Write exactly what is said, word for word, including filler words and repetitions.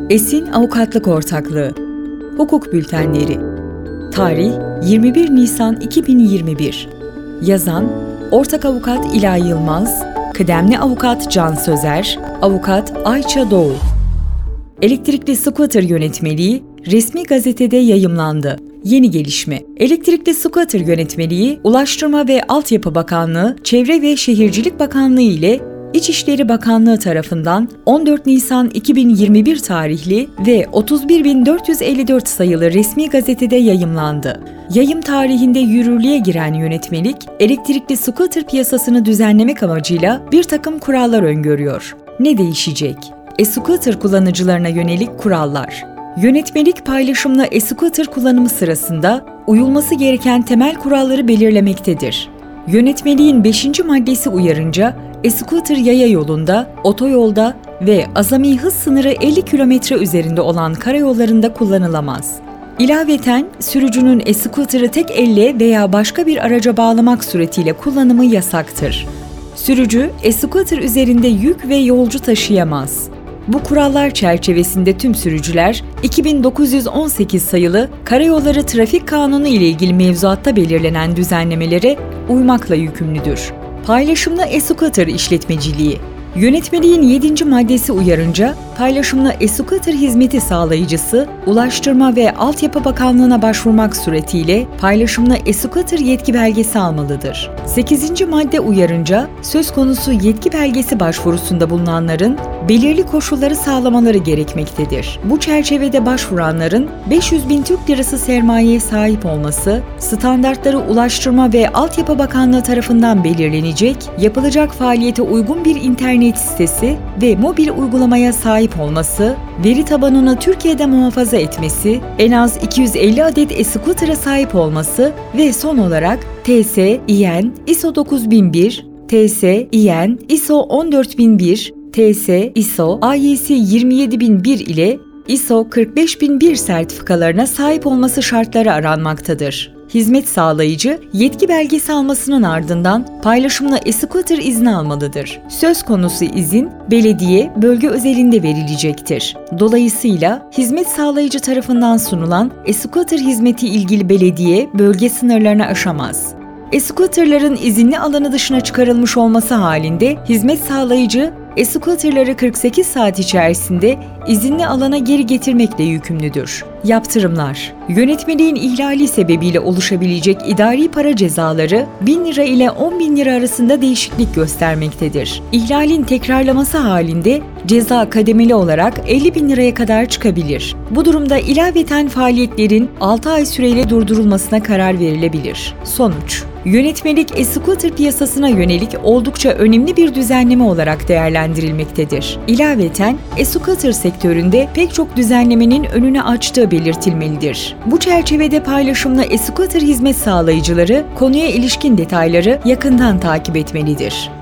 Esin Avukatlık Ortaklığı Hukuk Bültenleri Tarih yirmi bir Nisan iki bin yirmi bir Yazan Ortak Avukat İlay Yılmaz, Kıdemli Avukat Can Sözer, Avukat Ayça Doğu. Elektrikli Scooter Yönetmeliği resmi gazetede yayımlandı. Yeni gelişme. Elektrikli Scooter Yönetmeliği, Ulaştırma ve Altyapı Bakanlığı, Çevre ve Şehircilik Bakanlığı ile İçişleri Bakanlığı tarafından on dört Nisan iki bin yirmi bir tarihli ve otuz bir bin dört yüz elli dört sayılı resmi gazetede yayımlandı. Yayım tarihinde yürürlüğe giren yönetmelik, elektrikli scooter piyasasını düzenlemek amacıyla bir takım kurallar öngörüyor. Ne değişecek? E-scooter kullanıcılarına yönelik kurallar. Yönetmelik paylaşımlı e-scooter kullanımı sırasında uyulması gereken temel kuralları belirlemektedir. Yönetmeliğin beşinci maddesi uyarınca, e-scooter yaya yolunda, otoyolda ve azami hız sınırı elli kilometre üzerinde olan karayollarında kullanılamaz. İlaveten, sürücünün e-scooter'ı tek elle veya başka bir araca bağlamak suretiyle kullanımı yasaktır. Sürücü, e-scooter üzerinde yük ve yolcu taşıyamaz. Bu kurallar çerçevesinde tüm sürücüler, iki bin dokuz yüz on sekiz sayılı Karayolları Trafik Kanunu ile ilgili mevzuatta belirlenen düzenlemelere uymakla yükümlüdür. Paylaşımlı e-scooter işletmeciliği. Yönetmeliğin yedinci maddesi uyarınca, paylaşımlı e-scooter hizmeti sağlayıcısı, Ulaştırma ve Altyapı Bakanlığı'na başvurmak suretiyle paylaşımlı e-scooter yetki belgesi almalıdır. sekizinci madde uyarınca, söz konusu yetki belgesi başvurusunda bulunanların belirli koşulları sağlamaları gerekmektedir. Bu çerçevede başvuranların beş yüz bin Türk Lirası sermayeye sahip olması, standartları Ulaştırma ve Altyapı Bakanlığı tarafından belirlenecek, yapılacak faaliyete uygun bir internet sitesi ve mobil uygulamaya sahip olması, veri tabanını Türkiye'de muhafaza etmesi, en az iki yüz elli adet e-scooter'a sahip olması ve son olarak T S, İ N, I S O dokuz bin bir, T S, İ N, I S O on dört bin bir, T S, I S O, A Y S yirmi yedi bin bir ile I S O kırk beş bin bir sertifikalarına sahip olması şartları aranmaktadır. Hizmet sağlayıcı, yetki belgesi almasının ardından paylaşımlı e-scooter izni almalıdır. Söz konusu izin, belediye, bölge özelinde verilecektir. Dolayısıyla, hizmet sağlayıcı tarafından sunulan e-scooter hizmeti ilgili belediye, bölge sınırlarını aşamaz. E-scooterların izinli alanı dışına çıkarılmış olması halinde, hizmet sağlayıcı, e-scooterları kırk sekiz saat içerisinde izinli alana geri getirmekle yükümlüdür. Yaptırımlar. Yönetmeliğin ihlali sebebiyle oluşabilecek idari para cezaları bin lira ile on bin lira arasında değişiklik göstermektedir. İhlalin tekrarlaması halinde ceza kademeli olarak elli bin liraya kadar çıkabilir. Bu durumda ilaveten faaliyetlerin altı ay süreyle durdurulmasına karar verilebilir. Sonuç. Yönetmelik e-scooter piyasasına yönelik oldukça önemli bir düzenleme olarak değerlendirilmektedir. İlaveten, e-scooter sektöründe pek çok düzenlemenin önünü açtığı belirtilmelidir. Bu çerçevede paylaşımlı e-scooter hizmet sağlayıcıları konuya ilişkin detayları yakından takip etmelidir.